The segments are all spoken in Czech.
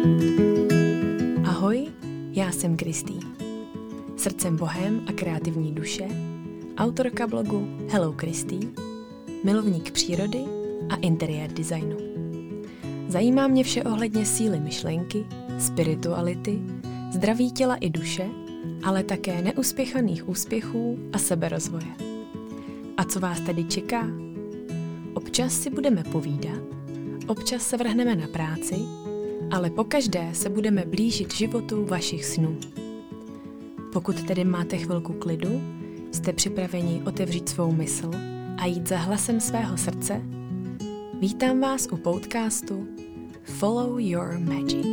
Ahoj, já jsem Kristý. Srdcem bohem a kreativní duše, autorka blogu Hello Kristý, milovník přírody a interiér designu. Zajímá mě vše ohledně síly myšlenky, spirituality, zdraví těla i duše, ale také neuspěchaných úspěchů a seberozvoje. A co vás tady čeká? Občas si budeme povídat, občas se vrhneme na práci, ale pokaždé se budeme blížit životu vašich snů. Pokud tedy máte chvilku klidu, jste připraveni otevřít svou mysl a jít za hlasem svého srdce, vítám vás u podcastu Follow Your Magic.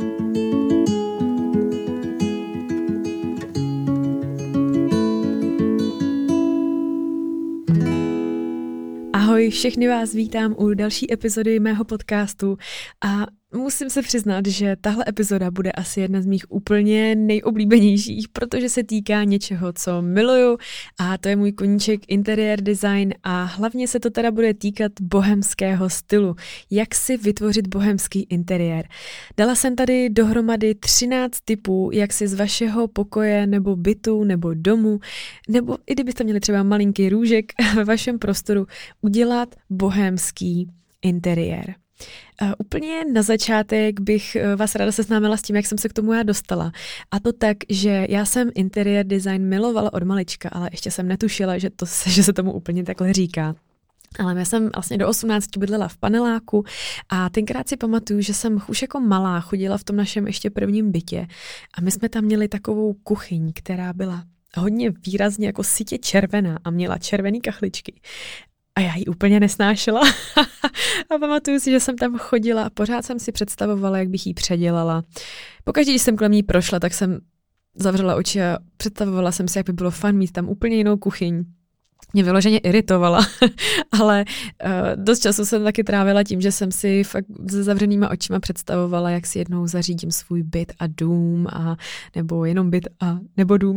Ahoj, všechny vás vítám u další epizody mého podcastu a musím se přiznat, že tahle epizoda bude asi jedna z mých úplně nejoblíbenějších, protože se týká něčeho, co miluju, a to je můj koníček interiér design a hlavně se to teda bude týkat bohemského stylu. Jak si vytvořit bohemský interiér. Dala jsem tady dohromady 13 tipů, jak si z vašeho pokoje nebo bytu nebo domu, nebo i kdybyste měli třeba malinký růžek ve vašem prostoru, udělat bohemský interiér. Úplně na začátek bych vás ráda seznámila s tím, jak jsem se k tomu já dostala. A to tak, že já jsem interiér design milovala od malička, ale ještě jsem netušila, že se tomu úplně takhle říká. Ale já jsem vlastně do 18 bydlela v paneláku a tenkrát si pamatuju, že jsem už jako malá chodila v tom našem ještě prvním bytě a my jsme tam měli takovou kuchyň, která byla hodně výrazně jako sytě červená a měla červený kachličky. A já ji úplně nesnášela. A pamatuju si, že jsem tam chodila a pořád jsem si představovala, jak bych ji předělala. Pokaždé, když jsem kolem ní prošla, tak jsem zavřela oči a představovala jsem si, jak by bylo fajn mít tam úplně jinou kuchyň. Mě vyloženě iritovala, ale dost času jsem taky trávila tím, že jsem si fakt se zavřenýma očima představovala, jak si jednou zařídím svůj byt a dům, nebo jenom byt a nebo dům.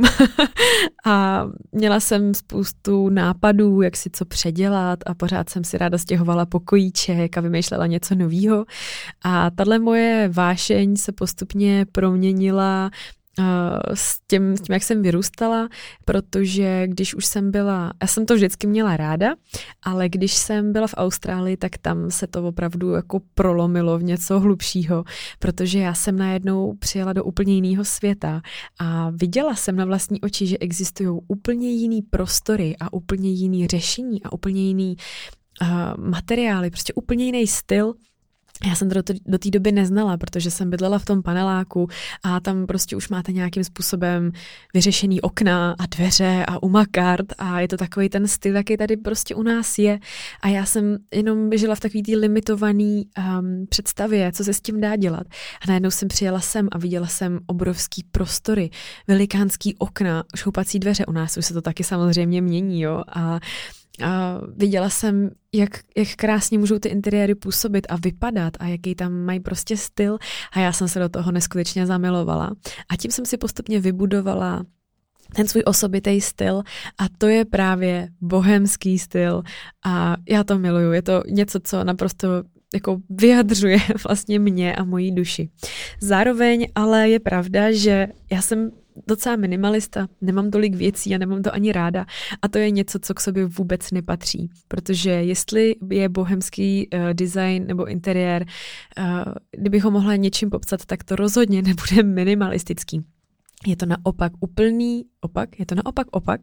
A měla jsem spoustu nápadů, jak si co předělat a pořád jsem si ráda stěhovala pokojíček a vymýšlela něco novýho. A tahle moje vášeň se postupně proměnila s tím, jak jsem vyrůstala, protože když už jsem byla, já jsem to vždycky měla ráda, ale když jsem byla v Austrálii, tak tam se to opravdu jako prolomilo v něco hlubšího, protože já jsem najednou přijela do úplně jiného světa a viděla jsem na vlastní oči, že existují úplně jiný prostory a úplně jiný řešení a úplně jiný materiály, prostě úplně jiný styl. Já jsem to do té doby neznala, protože jsem bydlela v tom paneláku a tam prostě už máte nějakým způsobem vyřešený okna a dveře a umakart a je to takový ten styl, jaký tady prostě u nás je. A já jsem jenom žila v takový té limitované představě, co se s tím dá dělat. A najednou jsem přijela sem a viděla jsem obrovský prostory, velikánský okna, šoupací dveře. U nás už se to taky samozřejmě mění, jo. A viděla jsem, jak krásně můžou ty interiéry působit a vypadat a jaký tam mají prostě styl a já jsem se do toho neskutečně zamilovala. A tím jsem si postupně vybudovala ten svůj osobitý styl a to je právě bohemský styl a já to miluju. Je to něco, co naprosto jako vyjadřuje vlastně mě a moji duši. Zároveň ale je pravda, že já jsem docela minimalista, nemám tolik věcí a nemám to ani ráda a to je něco, co k sobě vůbec nepatří, protože jestli je bohemský design nebo interiér, kdybych ho mohla něčím popsat, tak to rozhodně nebude minimalistický. Je to naopak úplný opak, je to naopak opak.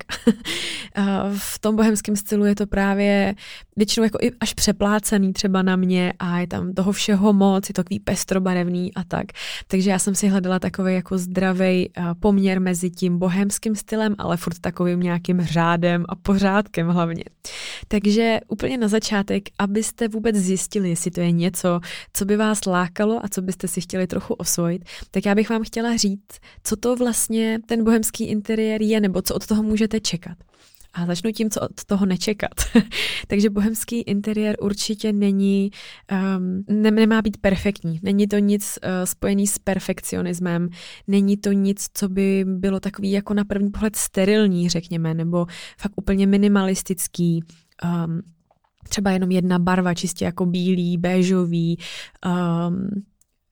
V tom bohemském stylu je to právě většinou jako i až přeplácený třeba na mě a je tam toho všeho moc, je to takový pestrobarevný a tak. Takže já jsem si hledala takový jako zdravý poměr mezi tím bohemským stylem, ale furt takovým nějakým řádem a pořádkem hlavně. Takže úplně na začátek, abyste vůbec zjistili, jestli to je něco, co by vás lákalo a co byste si chtěli trochu osvojit, tak já bych vám chtěla říct, co to vlastně ten bohemský interiér je, nebo co od toho můžete čekat. A začnu tím, co od toho nečekat. Takže bohemský interiér určitě není, nemá být perfektní. Není to nic spojený s perfekcionismem, není to nic, co by bylo takový jako na první pohled sterilní, řekněme, nebo fakt úplně minimalistický. Třeba jenom jedna barva, čistě jako bílý, béžový,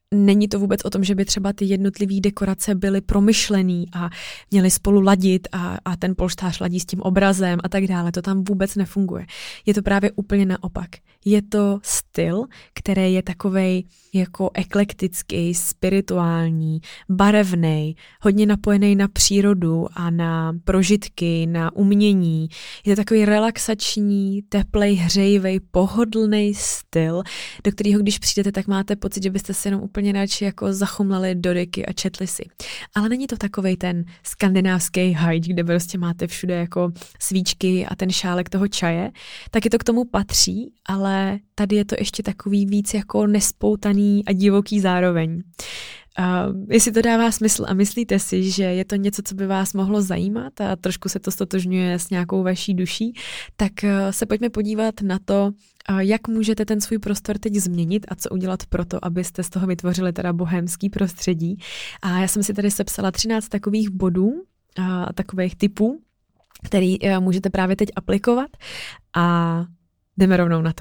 není to vůbec o tom, že by třeba ty jednotlivé dekorace byly promyšlený a měly spolu ladit a ten polštář ladí s tím obrazem a tak dále. To tam vůbec nefunguje. Je to právě úplně naopak. Je to styl, který je takovej jako eklektický, spirituální, barevný, hodně napojený na přírodu a na prožitky, na umění. Je to takový relaxační, teplej, hřejivej, pohodlný styl, do kterého když přijdete, tak máte pocit, že byste se jenom úplně radši jako zachumlali do deky a četli si. Ale není to takovej ten skandinávský hajď, kde prostě máte všude jako svíčky a ten šálek toho čaje. Taky to k tomu patří, ale tady je to ještě takový víc jako nespoutaný a divoký zároveň. Jestli to dává smysl a myslíte si, že je to něco, co by vás mohlo zajímat a trošku se to stotožňuje s nějakou vaší duší, tak se pojďme podívat na to, jak můžete ten svůj prostor teď změnit a co udělat pro to, abyste z toho vytvořili teda bohémský prostředí. A já jsem si tady sepsala 13 takových bodů, takových typů, který můžete právě teď aplikovat a jdeme rovnou na to.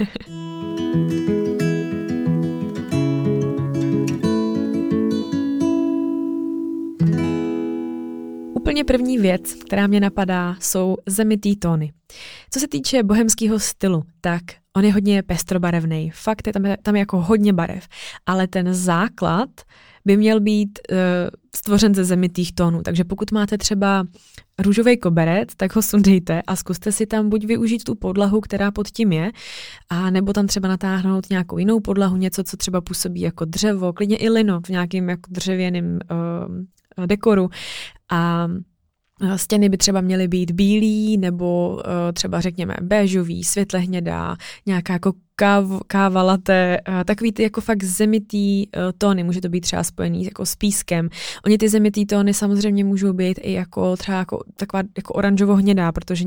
Úplně první věc, která mě napadá, jsou zemitý tóny. Co se týče bohemského stylu, tak on je hodně pestrobarevný. Fakt je tam je jako hodně barev, ale ten základ by měl být stvořen ze zemitých tónů. Takže pokud máte třeba růžový koberec, tak ho sundejte a zkuste si tam buď využít tu podlahu, která pod tím je, a nebo tam třeba natáhnout nějakou jinou podlahu, něco, co třeba působí jako dřevo, klidně i lino v nějakým jako dřevěným dekoru. A stěny by třeba měly být bílý nebo třeba řekněme béžový, světle hnědá, nějaká jako káva latte, takový ty jako fakt zemitý tóny, může to být třeba spojený jako s pískem. Oni ty zemitý tóny samozřejmě můžou být i jako třeba jako taková jako oranžovo-hnědá, protože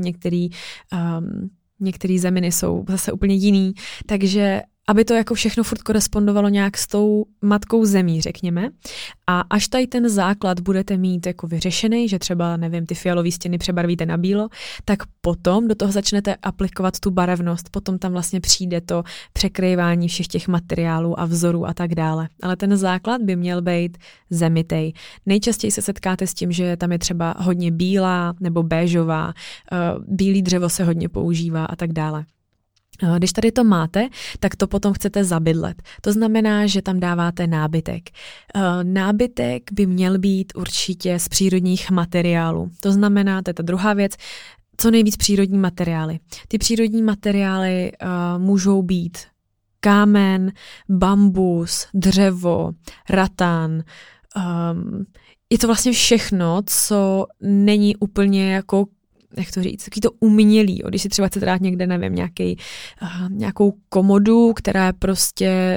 některé zeminy jsou zase úplně jiný, takže aby to jako všechno furt korespondovalo nějak s tou matkou zemí, řekněme. A až tady ten základ budete mít jako vyřešený, že třeba, nevím, ty fialové stěny přebarvíte na bílo, tak potom do toho začnete aplikovat tu barevnost, potom tam vlastně přijde to překrývání všech těch materiálů a vzorů a tak dále. Ale ten základ by měl být zemitej. Nejčastěji se setkáte s tím, že tam je třeba hodně bílá nebo béžová, bílý dřevo se hodně používá a tak dále. Když tady to máte, tak to potom chcete zabydlet. To znamená, že tam dáváte nábytek. Nábytek by měl být určitě z přírodních materiálů. To znamená, to je ta druhá věc, co nejvíc přírodní materiály. Ty přírodní materiály můžou být kámen, bambus, dřevo, ratán. Je to vlastně všechno, co není úplně jako, jak to říct, takový to umělý. Když si třeba chcete dát někde, nevím, nějakou komodu, která je prostě,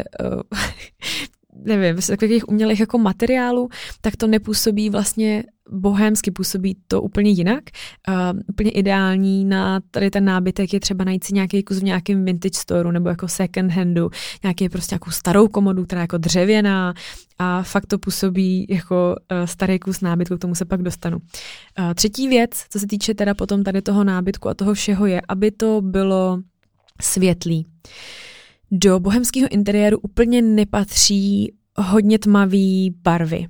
nevím, z takových umělých jako materiálů, tak to nepůsobí vlastně bohémsky, působí to úplně jinak. Úplně ideální na tady ten nábytek je třeba najít si nějaký kus v nějakém vintage storeu nebo jako second handu, prostě nějakou starou komodu, která je jako dřevěná a fakt to působí jako starý kus nábytku, k tomu se pak dostanu. Třetí věc, co se týče teda potom tady toho nábytku a toho všeho je, aby to bylo světlý. Do bohemského interiéru úplně nepatří hodně tmavý barvy.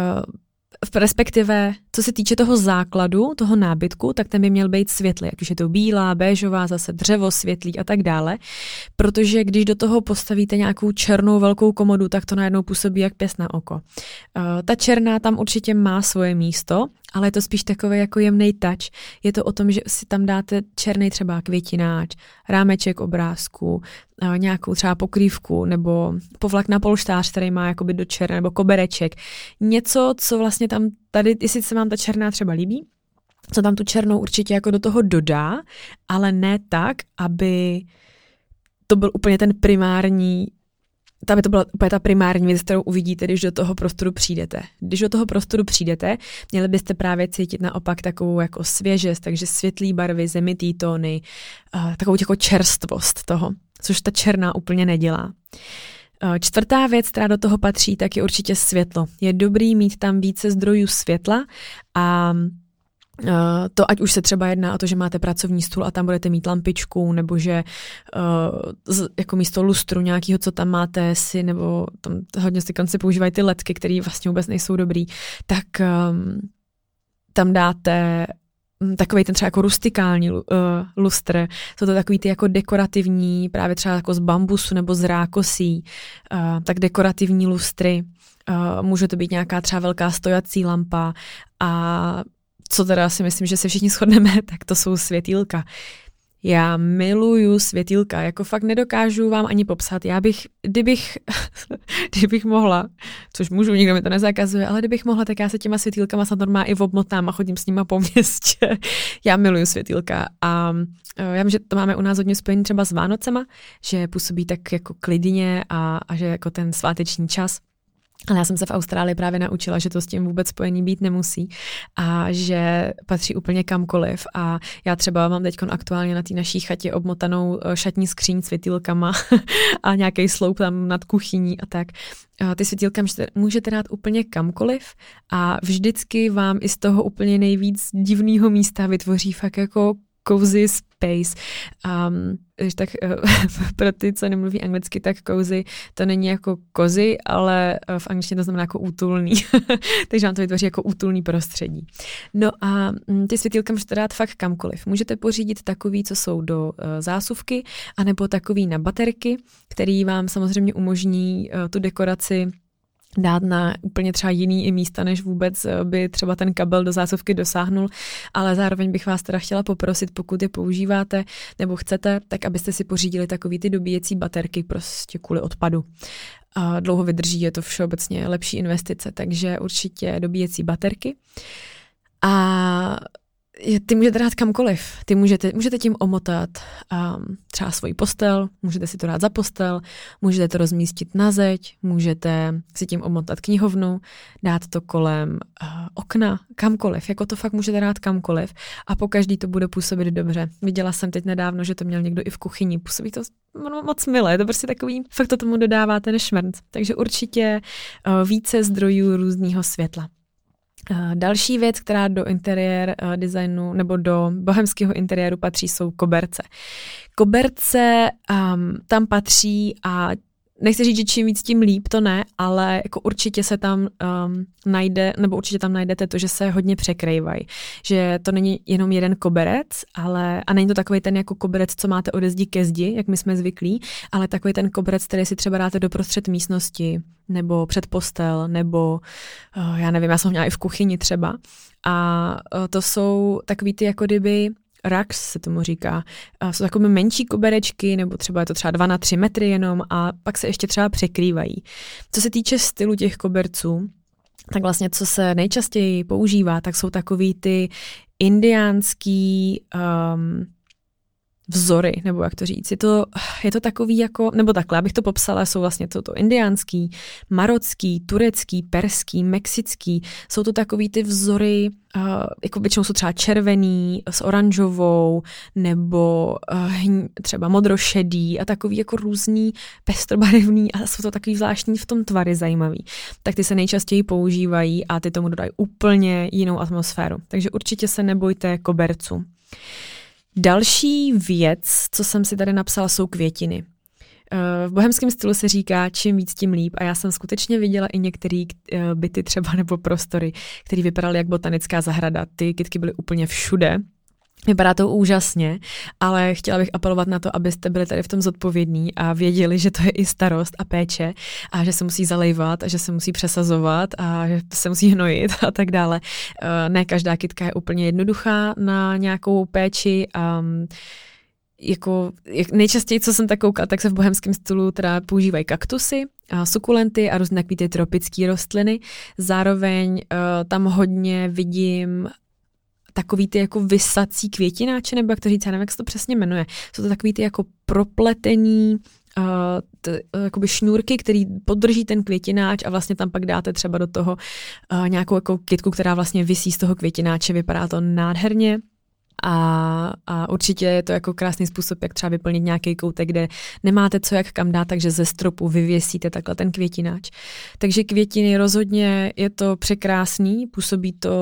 Respektive, co se týče toho základu, toho nábytku, tak ten by měl být světlý, ať už je to bílá, béžová, zase dřevo, světlý a tak dále, protože když do toho postavíte nějakou černou velkou komodu, tak to najednou působí jak pěst na oko. Ta černá tam určitě má svoje místo, ale je to spíš takový jako jemný touch. Je to o tom, že si tam dáte černý třeba květináč, rámeček obrázku, nějakou třeba pokrývku nebo povlak na polštář, který má jakoby do černé, nebo kobereček. Něco, co vlastně tam tady, jestli se vám ta černá třeba líbí, co tam tu černou určitě jako do toho dodá, ale ne tak, aby to byl úplně ten primární, aby to byla úplně ta primární věc, kterou uvidíte, když do toho prostoru přijdete. Když do toho prostoru přijdete, měli byste právě cítit naopak takovou jako svěžest, takže světlý barvy, zemitý tóny, takovou jako čerstvost toho, což ta černá úplně nedělá. Čtvrtá věc, která do toho patří, tak je určitě světlo. Je dobrý mít tam více zdrojů světla a To, ať už se třeba jedná o to, že máte pracovní stůl a tam budete mít lampičku, nebo že jako místo lustru nějakého, co tam máte si, nebo tam hodně si používají ty ledky, které vlastně vůbec nejsou dobrý, tak tam dáte takovej ten třeba jako rustikální lustr. Jsou to takový ty jako dekorativní, právě třeba jako z bambusu nebo z rákosí, tak dekorativní lustry. Může to být nějaká třeba velká stojací lampa a co teda si myslím, že se všichni shodneme, tak to jsou světýlka. Já miluju světýlka, jako fakt nedokážu vám ani popsat. Kdybych mohla, což můžu, nikdo mi to nezakazuje, ale kdybych mohla, tak já se těma světýlkama snad normálně i obmotám a chodím s nima po městě. Já miluju světýlka a já vím, že to máme u nás hodně spojený třeba s Vánocema, že působí tak jako klidně a že jako ten sváteční čas. Ale já jsem se v Austrálii právě naučila, že to s tím vůbec spojený být nemusí a že patří úplně kamkoliv. A já třeba mám teď aktuálně na té naší chatě obmotanou šatní skříň s světýlkama a nějaký sloup tam nad kuchyní a tak. Ty světýlka můžete dát úplně kamkoliv a vždycky vám i z toho úplně nejvíc divného místa vytvoří fakt jako cozy space. Tak pro ty, co nemluví anglicky, tak cozy to není jako kozy, ale v angličtině to znamená jako útulný. Takže vám to vytvoří jako útulný prostředí. No a ty světýlka můžete dát fakt kamkoliv. Můžete pořídit takový, co jsou do zásuvky, anebo takový na baterky, který vám samozřejmě umožní tu dekoraci dát na úplně třeba jiný i místa, než vůbec by třeba ten kabel do zásuvky dosáhnul, ale zároveň bych vás teda chtěla poprosit, pokud je používáte nebo chcete, tak abyste si pořídili takový ty dobíjecí baterky prostě kvůli odpadu. Dlouho vydrží, je to všeobecně lepší investice, takže určitě dobíjecí baterky. A ty můžete dát kamkoliv. Ty můžete tím omotat třeba svoji postel, můžete si to dát za postel, můžete to rozmístit na zeď, můžete si tím omotat knihovnu, dát to kolem okna, kamkoliv. Jako to fakt můžete dát kamkoliv a pokaždý to bude působit dobře. Viděla jsem teď nedávno, že to měl někdo i v kuchyni. Působí to moc milé, to prostě takový, fakt to tomu dodává ten šmrnc. Takže určitě více zdrojů různého světla. Další věc, která do interiér designu nebo do bohemského interiéru patří, jsou koberce. Koberce tam patří a nechci říct, že čím víc, tím líp, to ne, ale jako určitě se tam najde, nebo určitě tam najdete to, že se hodně překrývají. Že to není jenom jeden koberec, a není to takový ten jako koberec, co máte ode zdi ke zdi, jak my jsme zvyklí, ale takový ten koberec, který si třeba dáte doprostřed místnosti, nebo před postel, nebo já nevím, já jsem ho měla i v kuchyni třeba. A to jsou takový ty jako kdyby racks se tomu říká. Jsou takové menší koberečky, nebo třeba je to třeba 2 na 3 metry jenom a pak se ještě třeba překrývají. Co se týče stylu těch koberců, tak vlastně co se nejčastěji používá, tak jsou takový ty indiánský vzory, nebo jak to říct. Je to takový jako, nebo takhle, abych to popsala, jsou vlastně to indiánský, marocký, turecký, perský, mexický. Jsou to takový ty vzory, jako většinou jsou třeba červený s oranžovou, nebo třeba modrošedý a takový jako různý pestrobarevný a jsou to takový zvláštní v tom tvary zajímavý. Tak ty se nejčastěji používají a ty tomu dodají úplně jinou atmosféru. Takže určitě se nebojte koberců. Další věc, co jsem si tady napsala, jsou květiny. V bohemském stylu se říká, čím víc, tím líp a já jsem skutečně viděla i některé byty třeba nebo prostory, které vypadaly jak botanická zahrada. Ty kytky byly úplně všude. Vypadá to úžasně, ale chtěla bych apelovat na to, abyste byli tady v tom zodpovědní a věděli, že to je i starost a péče a že se musí zalejvat a že se musí přesazovat a že se musí hnojit a tak dále. Ne každá kytka je úplně jednoduchá na nějakou péči. Nejčastěji, co jsem tak koukala, tak se v bohemském stylu teda používají kaktusy, sukulenty a různé takový ty tropické rostliny. Zároveň tam hodně vidím takový ty jako vysací květináče, nebo jak to říct, já nevím, jak se to přesně jmenuje. Jsou to takový ty jako propletený jakoby šňůrky, který podrží ten květináč a vlastně tam pak dáte třeba do toho nějakou jako kytku, která vlastně visí z toho květináče. Vypadá to nádherně. A určitě je to jako krásný způsob, jak třeba vyplnit nějaký koutek, kde nemáte co jak kam dát, takže ze stropu vyvěsíte takhle ten květináč. Takže květiny rozhodně je to překrásný, působí to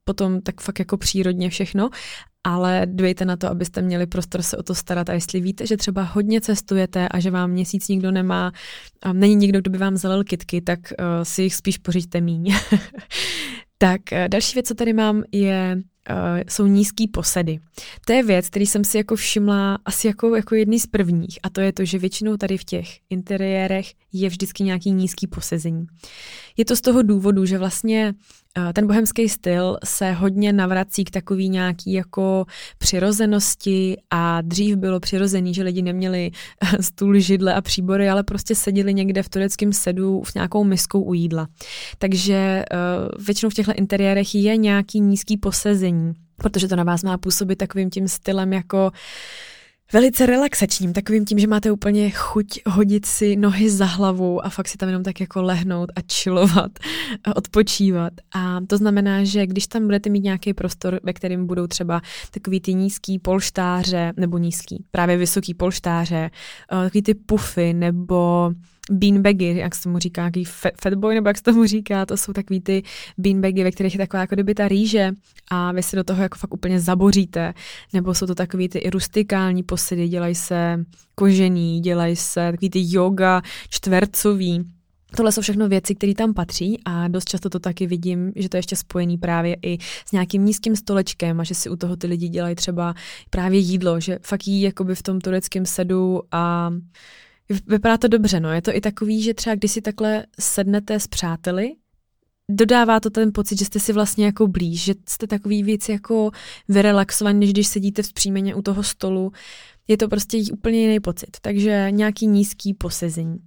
potom tak fakt jako přírodně všechno, ale dbejte na to, abyste měli prostor se o to starat a jestli víte, že třeba hodně cestujete a že vám měsíc nikdo nemá, není nikdo, kdo by vám zalil kytky, tak si jich spíš pořiďte míň. Tak další věc, co tady mám, jsou nízký posedy. To je věc, který jsem si jako všimla asi jako jedný z prvních a to je to, že většinou tady v těch interiérech je vždycky nějaký nízký posezení. Je to z toho důvodu, že vlastně ten bohemský styl se hodně navrací k takový nějaký jako přirozenosti a dřív bylo přirozený, že lidi neměli stůl, židle a příbory, ale prostě seděli někde v tureckém sedu s nějakou miskou u jídla. Takže většinou v těchto interiérech je nějaký nízký posezení, protože to na vás má působit takovým tím stylem jako velice relaxačním, takovým tím, že máte úplně chuť hodit si nohy za hlavu a fakt si tam jenom tak jako lehnout a chillovat a odpočívat. A to znamená, že když tam budete mít nějaký prostor, ve kterém budou třeba takový ty nízký polštáře, nebo právě vysoký polštáře, takový ty pufy nebo beanbagy, jak se tomu říká, fatboy, nebo jak se tomu říká, to jsou takový ty beanbagy, ve kterých je taková jako kdyby ta rýže a vy se do toho jako fakt úplně zaboříte, nebo jsou to takový ty i rustikální posedy, dělají se kožený, dělají se takový ty yoga čtvercový. Tohle jsou všechno věci, které tam patří a dost často to taky vidím, že to je ještě spojený právě i s nějakým nízkým stolečkem a že si u toho ty lidi dělají třeba právě jídlo, že fakt jí jakoby v tom tureckém sedu a vypadá to dobře, no. Je to i takový, že třeba když si takhle sednete s přáteli, dodává to ten pocit, že jste si vlastně jako blíž, že jste takový víc jako vyrelaxovaný, než když sedíte vzpřímeně u toho stolu. Je to prostě úplně jiný pocit, takže nějaký nízký posezení.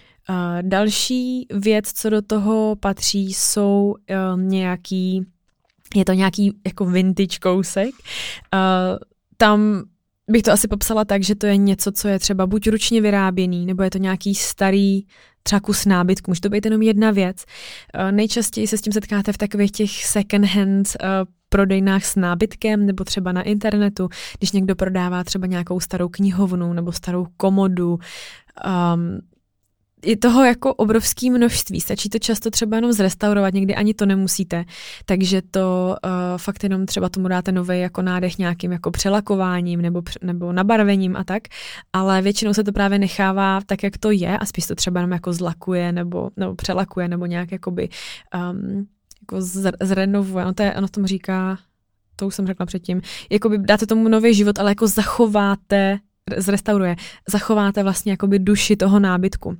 Další věc, co do toho patří, jsou je to nějaký jako vintage kousek. Tam bych to asi popsala tak, že to je něco, co je třeba buď ručně vyráběný, nebo je to nějaký starý třeba kus nábytku. Může to být jenom jedna věc. Nejčastěji se s tím setkáte v takových těch second hand prodejnách s nábytkem, nebo třeba na internetu, když někdo prodává třeba nějakou starou knihovnu nebo starou komodu. Je toho jako obrovské množství, stačí to často třeba jenom zrestaurovat, někdy ani to nemusíte, takže to fakt jenom třeba tomu dáte nový jako nádech nějakým jako přelakováním nebo nabarvením a tak, ale většinou se to právě nechává tak, jak to je a spíš to třeba jenom jako zlakuje nebo přelakuje nebo nějak jakoby jako zrenovuje, ono tomu říká, to už jsem řekla předtím, jakoby dáte tomu nový život, ale jako zachováte vlastně jakoby duši toho nábytku.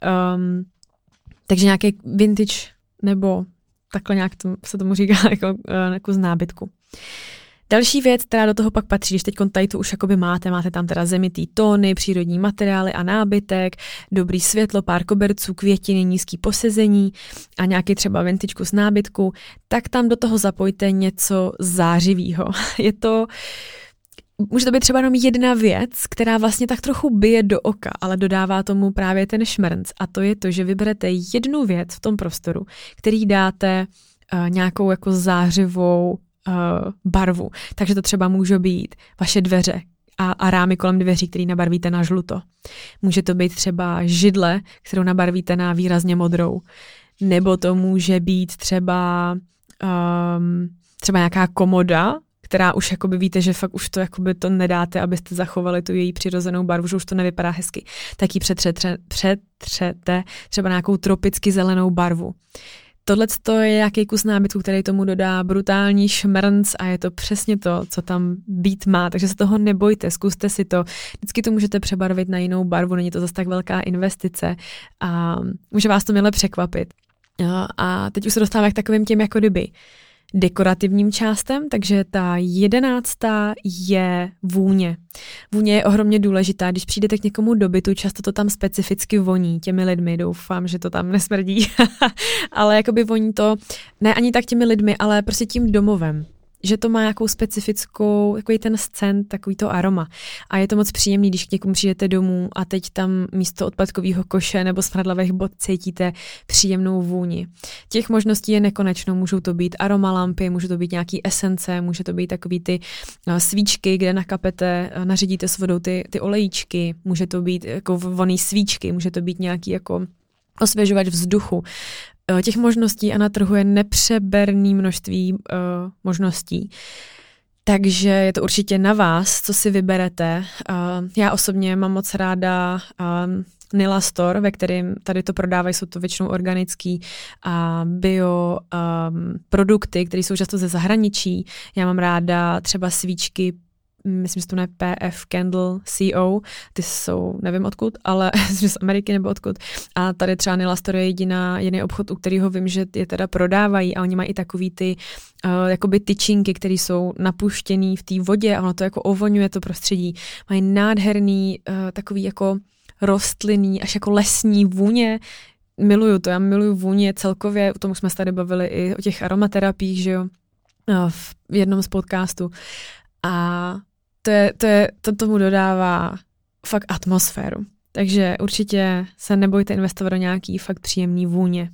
Takže nějaký vintage nebo takhle nějak se tomu říká jako z nábytku. Další věc, která do toho pak patří, když teď tady tu už jakoby máte tam teda zemitý tóny, přírodní materiály a nábytek, dobrý světlo, pár koberců, květiny, nízký posezení a nějaký třeba vintage kus nábytku, tak tam do toho zapojte něco zářivého. Může to být třeba jenom jedna věc, která vlastně tak trochu bije do oka, ale dodává tomu právě ten šmrnc. A to je to, že vyberete jednu věc v tom prostoru, který dáte nějakou jako zářivou barvu. Takže to třeba může být vaše dveře a rámy kolem dveří, který nabarvíte na žluto. Může to být třeba židle, kterou nabarvíte na výrazně modrou. Nebo to může být třeba nějaká komoda, která už jakoby víte, že fakt už to jakoby to nedáte, abyste zachovali tu její přirozenou barvu, že už to nevypadá hezky. Tak ji přetřete třeba nějakou tropicky zelenou barvu. Tohle je nějaký kus nábytku, který tomu dodá brutální šmrnc a je to přesně to, co tam být má, takže se toho nebojte, zkuste si to. Vždycky to můžete přebarvit na jinou barvu, není to zase tak velká investice a může vás to mile překvapit. A teď už se dostáváme k takovým těm jako kdyby dekorativním částem, takže ta 11. je vůně. Vůně je ohromně důležitá, když přijdete k někomu do bytu, často to tam specificky voní těmi lidmi, doufám, že to tam nesmrdí, ale jakoby voní to, ne ani tak těmi lidmi, ale prostě tím domovem. Že to má nějakou specifickou, takový ten scent, takový to aroma. A je to moc příjemný, když k někomu přijdete domů a teď tam místo odpadkového koše nebo smradlavých bod cítíte příjemnou vůni. Těch možností je nekonečno, můžou to být aromalampy, můžou to být nějaký esence, může to být takový ty svíčky, kde nakapete, naředíte s vodou ty olejíčky, může to být jako vonný svíčky, může to být nějaký jako osvěžovač vzduchu. těch možností a na trhu je nepřeberné množství možností. Takže je to určitě na vás, co si vyberete. Já osobně mám moc ráda Nila Store, ve kterém tady to prodávají, jsou to většinou organický a bio produkty, které jsou často ze zahraničí. Já mám ráda třeba svíčky, myslím, že to je PF Candle CO, ty jsou, nevím odkud, ale z Ameriky nebo odkud. A tady třeba Nila Store je jediný obchod, u kterého vím, že je teda prodávají a oni mají i takový ty jakoby tyčinky, které jsou napuštěný v té vodě a ono to jako ovoňuje to prostředí. Mají nádherný takový jako rostlinný, až jako lesní vůně. Miluju to, já miluju vůně celkově, o tom jsme se tady bavili i o těch aromaterapiích, že jo, v jednom z podcastů. A to tomu dodává fakt atmosféru. Takže určitě se nebojte investovat do nějaký fakt příjemný vůně.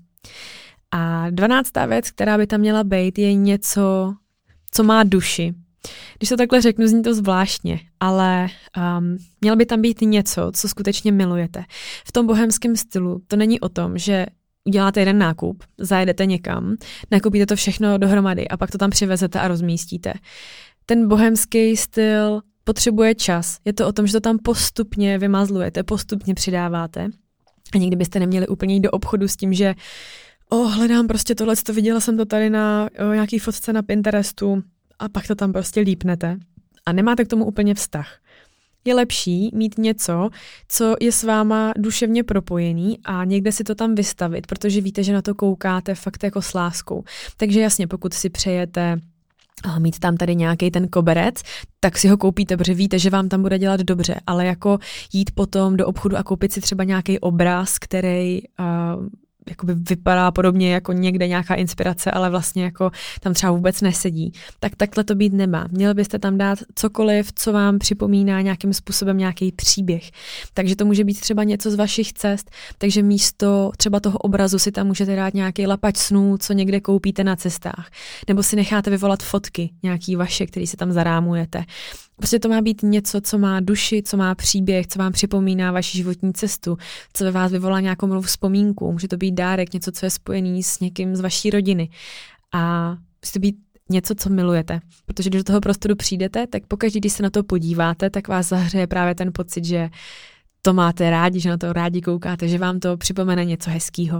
A 12. věc, která by tam měla být, je něco, co má duši. Když to takhle řeknu, zní to zvláštně, ale mělo by tam být něco, co skutečně milujete. V tom bohemském stylu to není o tom, že uděláte jeden nákup, zajedete někam, nakoupíte to všechno dohromady a pak to tam přivezete a rozmístíte. Ten bohemský styl potřebuje čas. Je to o tom, že to tam postupně vymazlujete, postupně přidáváte. A nikdy byste neměli úplně jít do obchodu s tím, že hledám prostě tohleto, viděla jsem to tady na nějaký fotce na Pinterestu a pak to tam prostě lípnete. A nemáte k tomu úplně vztah. Je lepší mít něco, co je s váma duševně propojený a někde si to tam vystavit, protože víte, že na to koukáte fakt jako s láskou. Takže jasně, pokud si přejete mít tam tady nějaký ten koberec, tak si ho koupíte, protože víte, že vám tam bude dělat dobře, ale jako jít potom do obchodu a koupit si třeba nějaký obraz, který jakoby vypadá podobně jako někde nějaká inspirace, ale vlastně jako tam třeba vůbec nesedí. Tak takhle to být nemá. Měli byste tam dát cokoliv, co vám připomíná nějakým způsobem nějaký příběh. Takže to může být třeba něco z vašich cest, takže místo třeba toho obrazu si tam můžete dát nějaký lapač snů, co někde koupíte na cestách. Nebo si necháte vyvolat fotky, nějaký vaše, který si tam zarámujete. Prostě to má být něco, co má duši, co má příběh, co vám připomíná vaši životní cestu, co ve vás vyvolá nějakou novou vzpomínku. Může to být dárek, něco, co je spojený s někým z vaší rodiny. A musí to být něco, co milujete. Protože když do toho prostoru přijdete, tak pokaždé, když se na to podíváte, tak vás zahřeje právě ten pocit, že to máte rádi, že na to rádi koukáte, že vám to připomene něco hezkýho.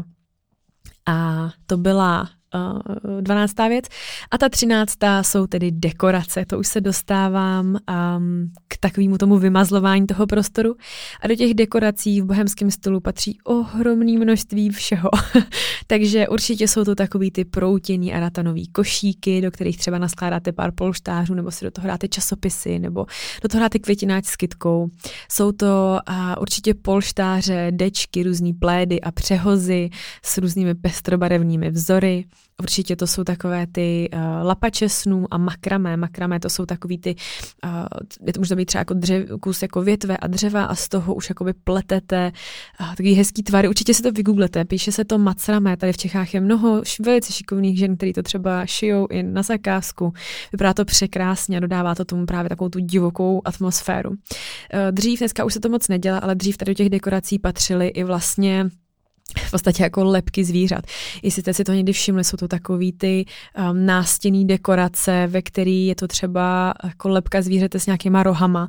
A to byla 12. věc. A ta 13. jsou tedy dekorace. To už se dostávám k takovému tomu vymazlování toho prostoru. A do těch dekorací v bohemském stylu patří ohromné množství všeho. Takže určitě jsou to takový ty proutěný a ratanový košíky, do kterých třeba naskládáte pár polštářů, nebo si do toho dáte časopisy, nebo do toho dáte květináč s kytkou. Jsou to určitě polštáře, dečky, různý plédy a přehozy s různými pestrobarevnými vzory. Určitě to jsou takové ty lapače snů a makramé. Makramé to jsou takový ty, to může být třeba jako kus jako větve a dřeva a z toho už jakoby pletete takový hezký tvary. Určitě si to vygooglete, píše se to macramé. Tady v Čechách je mnoho velice šikovných žen, který to třeba šijou i na zakázku. Vypadá to překrásně a dodává to tomu právě takovou tu divokou atmosféru. Dřív, dneska už se to moc nedělá, ale dřív tady do těch dekorací patřily i vlastně v podstatě jako lebky zvířat. Jestli jste si to někdy všimli, jsou to takový ty nástěnný dekorace, ve který je to třeba jako lebka zvířete s nějakýma rohama.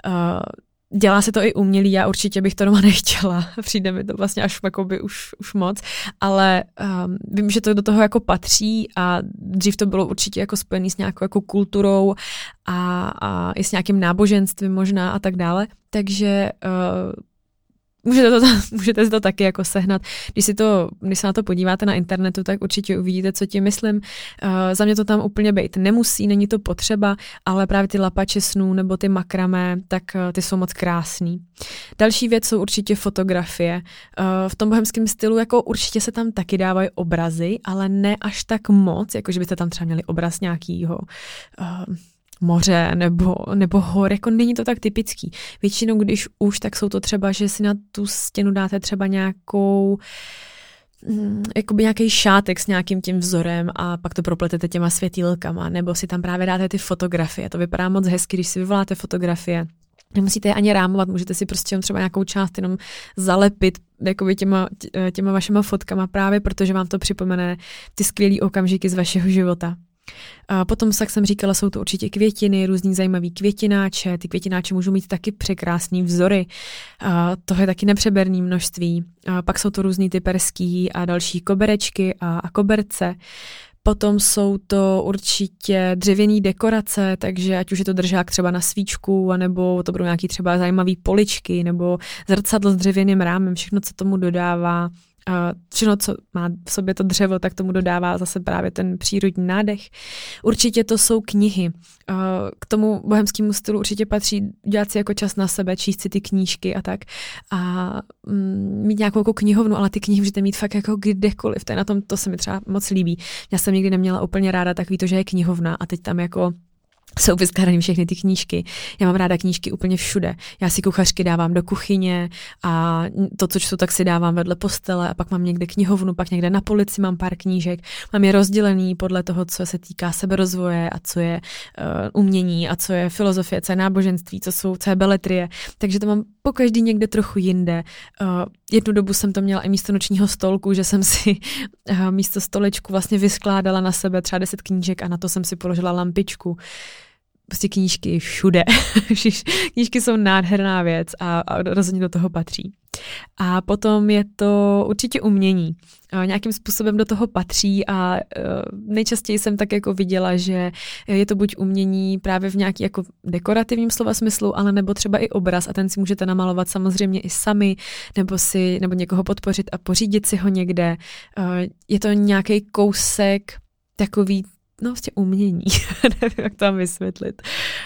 Dělá se to i umělý, já určitě bych to doma nechtěla, přijde mi to vlastně až jakoby už moc, ale vím, že to do toho jako patří a dřív to bylo určitě jako spojený s nějakou jako kulturou a i s nějakým náboženstvím možná a tak dále, takže můžete si to taky jako sehnat. Když se na to podíváte na internetu, tak určitě uvidíte, co tím myslím. Za mě to tam úplně být nemusí, není to potřeba, ale právě ty lapače snů nebo ty makramé, tak ty jsou moc krásný. Další věc jsou určitě fotografie. V tom bohemském stylu jako určitě se tam taky dávají obrazy, ale ne až tak moc, jako že byste tam třeba měli obraz nějakýho moře nebo hor, jako není to tak typický. Většinou, když už, tak jsou to třeba, že si na tu stěnu dáte třeba jakoby nějaký šátek s nějakým tím vzorem a pak to propletete těma světýlkama, nebo si tam právě dáte ty fotografie. To vypadá moc hezky, když si vyvoláte fotografie Nemusíte je ani rámovat, můžete si prostě třeba nějakou část jenom zalepit jakoby těma vašima fotkama právě, protože vám to připomene ty skvělý okamžiky z vašeho života. A potom, jak jsem říkala, jsou to určitě květiny, různý zajímavý květináče. Ty květináče můžou mít taky překrásný vzory. Toho je taky nepřeberné množství. Pak jsou to různý typerský a další koberečky a koberce. Potom jsou to určitě dřevěné dekorace, takže ať už je to držák třeba na svíčku, anebo to budou nějaký třeba zajímavý poličky, nebo zrcadlo s dřevěným rámem, všechno, co tomu dodává. Všechno, co má v sobě to dřevo, tak tomu dodává zase právě ten přírodní nádech. Určitě to jsou knihy. K tomu bohemskému stylu určitě patří dělat si jako čas na sebe, číst si ty knížky a tak. A mít nějakou jako knihovnu, ale ty knihy můžete mít fakt jako kdekoliv. To je na tom, to se mi třeba moc líbí. Já jsem nikdy neměla úplně ráda takový to, že je knihovna a teď tam jako jsou vyskládaný všechny ty knížky. Já mám ráda knížky úplně všude. Já si kuchařky dávám do kuchyně a to, co čtu, tak si dávám vedle postele a pak mám někde knihovnu, pak někde na polici mám pár knížek. Mám je rozdělený podle toho, co se týká seberozvoje a co je umění a co je filozofie, co je náboženství, co je beletrie. Takže to mám pokaždý někde trochu jinde. Jednu dobu jsem to měla i místo nočního stolku, že jsem si místo stolečku vlastně vyskládala na sebe třeba 10 knížek a na to jsem si položila lampičku. Prostě knížky všude. Knížky jsou nádherná věc a rozhodně do toho patří. A potom je to určitě umění. Nějakým způsobem do toho patří a nejčastěji jsem tak jako viděla, že je to buď umění právě v nějaký jako dekorativním slova smyslu, ale nebo třeba i obraz a ten si můžete namalovat samozřejmě i sami, nebo někoho podpořit a pořídit si ho někde. Je to nějaký kousek takový vlastně umění. Nevím, jak to mám vysvětlit.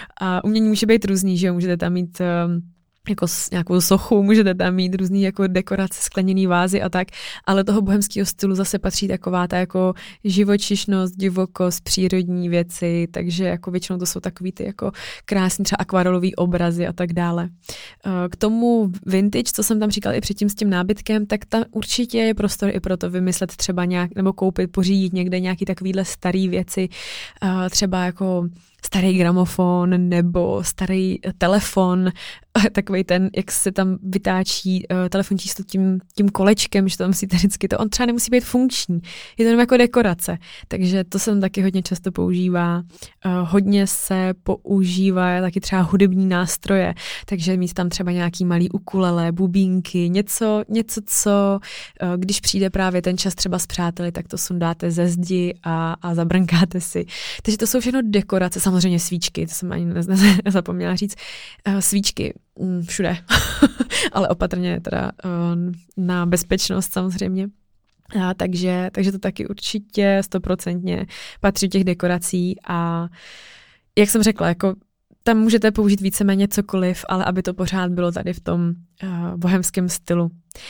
A umění může být různý, že jo? Můžete tam mít jako nějakou sochu, můžete tam mít různý jako dekorace, skleněný vázy a tak, ale toho bohemského stylu zase patří taková ta jako živočišnost, divokost, přírodní věci, takže jako většinou to jsou takový ty jako krásný třeba akvarelový obrazy a tak dále. K tomu vintage, co jsem tam říkala i předtím s tím nábytkem, tak tam určitě je prostor i pro to vymyslet třeba nějak, nebo koupit, pořídit někde nějaký takovýhle starý věci, třeba jako starý gramofon nebo starý telefon, takový ten, jak se tam vytáčí telefonní číslo tím kolečkem, že to musíte vždycky on třeba nemusí být funkční, je to jenom jako dekorace, takže to se taky hodně často používá. Hodně se používá taky třeba hudební nástroje, takže mít tam třeba nějaký malý ukulele, bubínky, něco, co když přijde právě ten čas třeba s přáteli, tak to sundáte ze zdi a zabrnkáte si. Takže to jsou všechno dekorace, samozřejmě svíčky, to jsem ani nezapomněla říct. Svíčky všude, ale opatrně teda na bezpečnost samozřejmě. Takže to taky určitě 100% patří těch dekorací a jak jsem řekla, jako tam můžete použít víceméně cokoliv, ale aby to pořád bylo tady v tom bohemském stylu.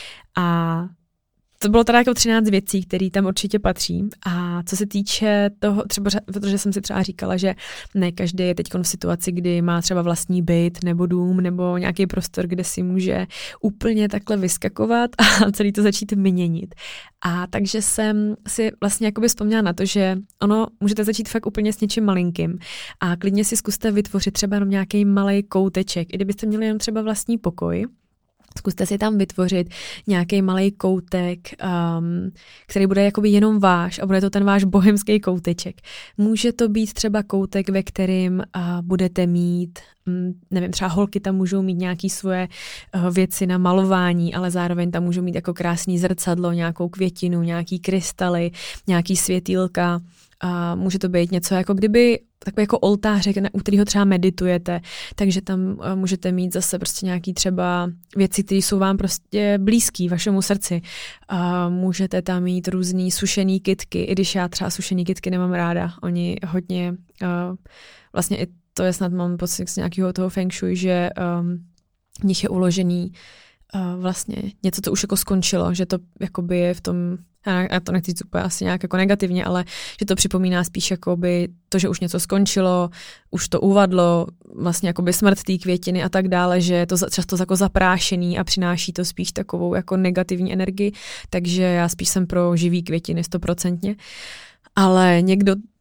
A to bylo teda jako 13 věcí, které tam určitě patří. A co se týče toho, třeba, protože jsem si třeba říkala, že ne každý je teď v situaci, kdy má třeba vlastní byt nebo dům nebo nějaký prostor, kde si může úplně takhle vyskakovat a celý to začít měnit. A takže jsem si vlastně jakoby vzpomněla na to, že ono můžete začít fakt úplně s něčím malinkým a klidně si zkuste vytvořit třeba jenom nějaký malej kouteček. I kdybyste měli jenom třeba vlastní pokoj, zkuste si tam vytvořit nějaký malý koutek, který bude jakoby jenom váš a bude to ten váš bohemský kouteček. Může to být třeba koutek, ve kterým budete mít, nevím, třeba holky tam můžou mít nějaké svoje věci na malování, ale zároveň tam můžou mít jako krásný zrcadlo, nějakou květinu, nějaký krystaly, nějaký světýlka. A může to být něco jako kdyby takový jako oltářek, u kterého třeba meditujete, takže tam můžete mít zase prostě nějaký třeba věci, které jsou vám prostě blízký vašemu srdci. A můžete tam mít různý sušený kytky, i když já třeba sušený kytky nemám ráda. Oni hodně, vlastně i to je snad mám pocit z nějakého toho feng shui, že v nich je uložený vlastně něco, co už jako skončilo, že to jakoby je v tom, já to nechci říct úplně asi nějak jako negativně, ale že to připomíná spíš jakoby to, že už něco skončilo, už to uvadlo, vlastně jakoby smrt té květiny a tak dále, že je to často jako zaprášený a přináší to spíš takovou jako negativní energii, takže já spíš jsem pro živý květiny 100%. Ale někdo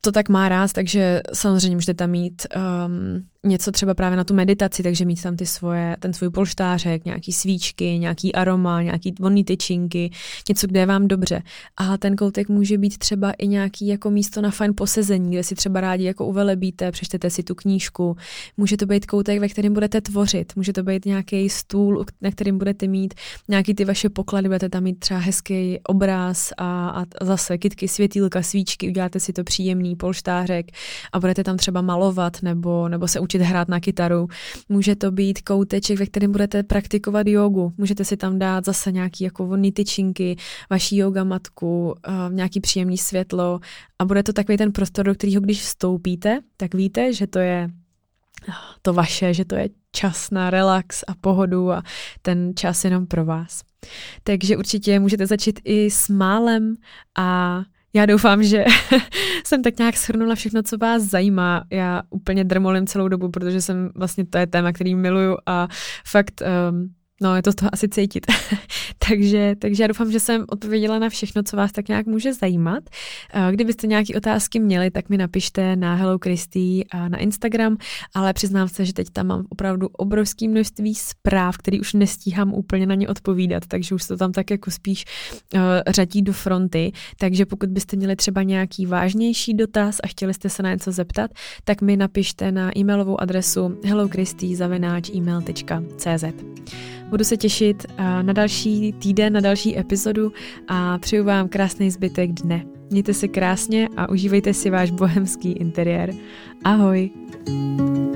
to tak má rád, takže samozřejmě můžete tam mít něco třeba právě na tu meditaci, takže mít tam ten svůj polštářek, nějaký svíčky, nějaký aroma, nějaký vonný tyčinky, něco, kde je vám dobře. A ten koutek může být třeba i nějaký jako místo na fajn posezení, kde si třeba rádi jako uvelebíte, přečtete si tu knížku. Může to být koutek, ve kterém budete tvořit, může to být nějaký stůl, na kterým budete mít nějaký ty vaše poklady, budete tam mít třeba hezký obraz a zase kytky, světýlka, svíčky, uděláte si to příjemný polštářek a budete tam třeba malovat nebo se učit hrát na kytaru. Může to být kouteček, ve kterém budete praktikovat jogu. Můžete si tam dát zase nějaký jako vonný tyčinky, vaší yoga matku, nějaký příjemný světlo a bude to takový ten prostor, do kterého když vstoupíte, tak víte, že to je to vaše, že to je čas na relax a pohodu a ten čas jenom pro vás. Takže určitě můžete začít i s málem a já doufám, že jsem tak nějak shrnula všechno, co vás zajímá. Já úplně drmolím celou dobu, protože to je téma, který miluju a fakt, je to z toho asi cítit. takže já doufám, že jsem odpověděla na všechno, co vás tak nějak může zajímat. Kdybyste nějaké otázky měli, tak mi napište na Hello Kristy na Instagram, ale přiznám se, že teď tam mám opravdu obrovské množství zpráv, který už nestíhám úplně na ně odpovídat, takže už to tam tak jako spíš řadí do fronty. Takže pokud byste měli třeba nějaký vážnější dotaz a chtěli jste se na něco zeptat, tak mi napište na e-mailovou adresu hellokristy@email.cz. Budu se těšit na další týden, na další epizodu a přeju vám krásný zbytek dne. Mějte se krásně a užívejte si váš bohemský interiér. Ahoj!